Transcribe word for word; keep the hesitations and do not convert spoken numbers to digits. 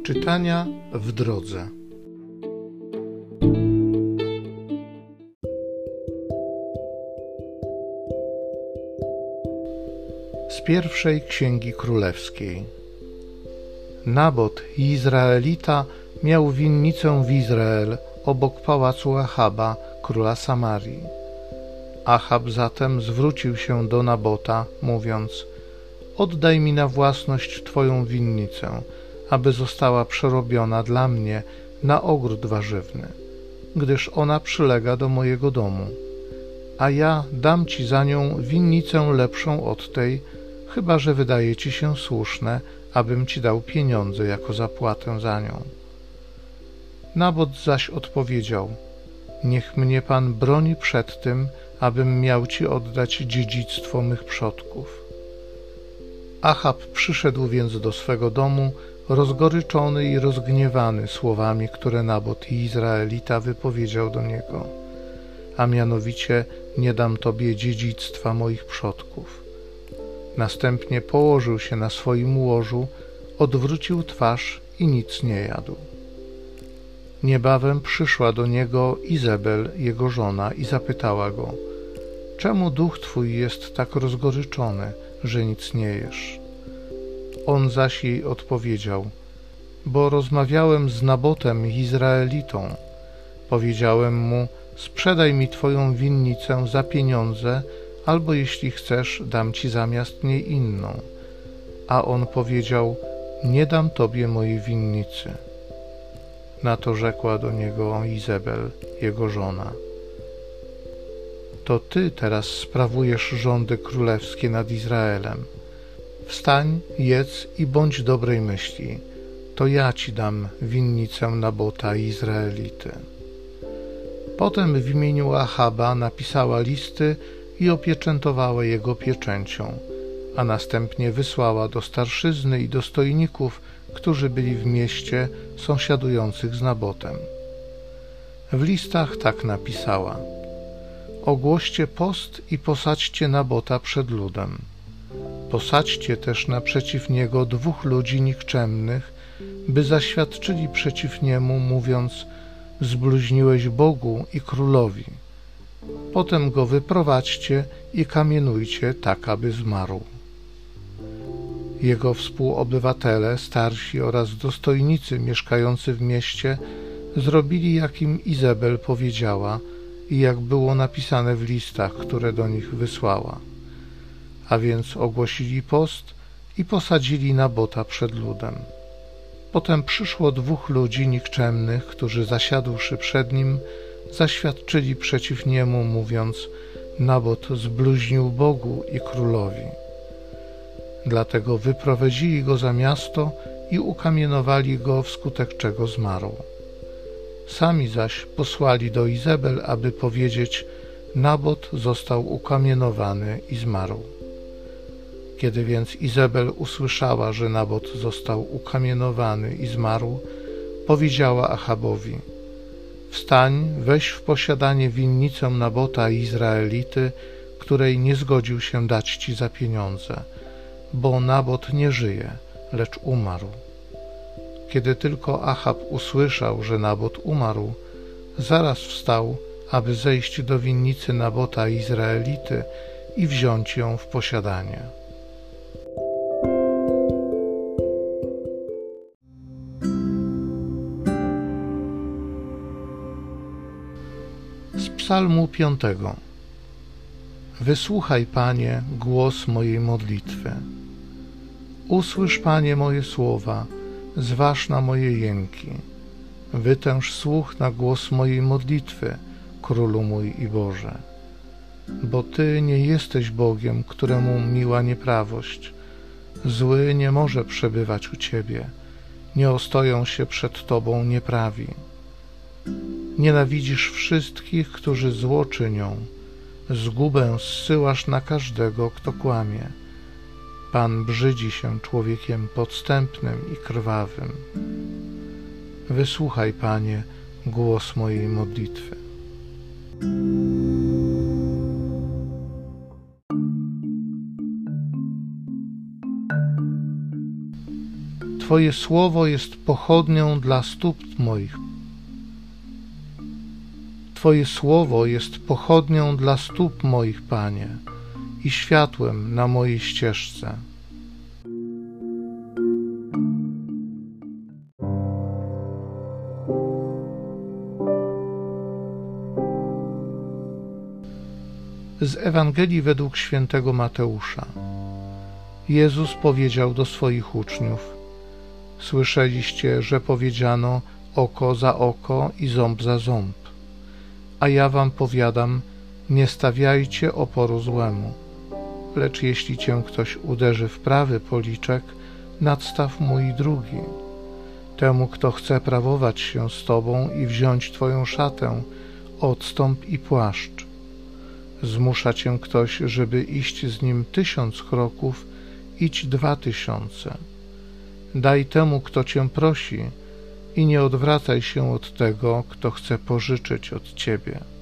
Czytania w drodze. Z pierwszej Księgi Królewskiej. Nabot, Izraelita, miał winnicę w Izrael obok pałacu Achaba, króla Samarii. Achab zatem zwrócił się do Nabota, mówiąc: oddaj mi na własność twoją winnicę, aby została przerobiona dla mnie na ogród warzywny, gdyż ona przylega do mojego domu. A ja dam ci za nią winnicę lepszą od tej, chyba że wydaje ci się słuszne, abym ci dał pieniądze jako zapłatę za nią. Nabot zaś odpowiedział: niech mnie Pan broni przed tym, abym miał ci oddać dziedzictwo mych przodków. Achab przyszedł więc do swego domu, rozgoryczony i rozgniewany słowami, które Nabot i Izraelita wypowiedział do niego, a mianowicie: nie dam tobie dziedzictwa moich przodków. Następnie położył się na swoim łożu, odwrócił twarz i nic nie jadł. Niebawem przyszła do niego Izebel, jego żona, i zapytała go: czemu duch twój jest tak rozgoryczony, że nic nie jesz? On zaś jej odpowiedział: bo rozmawiałem z Nabotem Izraelitą. Powiedziałem mu: sprzedaj mi twoją winnicę za pieniądze, albo jeśli chcesz, dam ci zamiast niej inną. A on powiedział: nie dam tobie mojej winnicy. Na to rzekła do niego Izebel, jego żona: to ty teraz sprawujesz rządy królewskie nad Izraelem. Wstań, jedz i bądź dobrej myśli, to ja ci dam winnicę Nabota i Izraelity. Potem w imieniu Achaba napisała listy i opieczętowała jego pieczęcią, a następnie wysłała do starszyzny i dostojników, którzy byli w mieście sąsiadujących z Nabotem. W listach tak napisała: ogłoście post i posadźcie Nabota przed ludem. Posadźcie też naprzeciw niego dwóch ludzi nikczemnych, by zaświadczyli przeciw niemu, mówiąc: zbluźniłeś Bogu i królowi. Potem go wyprowadźcie i kamienujcie tak, aby zmarł. Jego współobywatele, starsi oraz dostojnicy mieszkający w mieście zrobili, jak im Izebel powiedziała i jak było napisane w listach, które do nich wysłała. A więc ogłosili post i posadzili Nabota przed ludem. Potem przyszło dwóch ludzi nikczemnych, którzy zasiadłszy przed nim, zaświadczyli przeciw niemu, mówiąc: Nabot zbluźnił Bogu i królowi. Dlatego wyprowadzili go za miasto i ukamienowali go, wskutek czego zmarł. Sami zaś posłali do Izebel, aby powiedzieć: Nabot został ukamienowany i zmarł. Kiedy więc Izebel usłyszała, że Nabot został ukamienowany i zmarł, powiedziała Achabowi: wstań, weź w posiadanie winnicę Nabota i Izraelity, której nie zgodził się dać ci za pieniądze, bo Nabot nie żyje, lecz umarł. Kiedy tylko Achab usłyszał, że Nabot umarł, zaraz wstał, aby zejść do winnicy Nabota i Izraelity i wziąć ją w posiadanie. Z Psalmu piątego. Wysłuchaj, Panie, głos mojej modlitwy. Usłysz, Panie, moje słowa, zważ na moje jęki. Wytęż słuch na głos mojej modlitwy, Królu mój i Boże. Bo Ty nie jesteś Bogiem, któremu miła nieprawość. Zły nie może przebywać u Ciebie, nie ostoją się przed Tobą nieprawi. Nienawidzisz wszystkich, którzy zło czynią. Zgubę zsyłasz na każdego, kto kłamie. Pan brzydzi się człowiekiem podstępnym i krwawym. Wysłuchaj, Panie, głos mojej modlitwy. Twoje słowo jest pochodnią dla stóp moich. Twoje słowo jest pochodnią dla stóp moich, Panie, i światłem na mojej ścieżce. Z Ewangelii według świętego Mateusza. Jezus powiedział do swoich uczniów: Słyszeliście, że powiedziano oko za oko i ząb za ząb. A ja wam powiadam, nie stawiajcie oporu złemu. Lecz jeśli cię ktoś uderzy w prawy policzek, nadstaw mu i drugi. Temu, kto chce prawować się z tobą i wziąć twoją szatę, odstąp i płaszcz. Zmusza cię ktoś, żeby iść z nim tysiąc kroków, idź dwa tysiące. Daj temu, kto cię prosi, i nie odwracaj się od tego, kto chce pożyczyć od ciebie.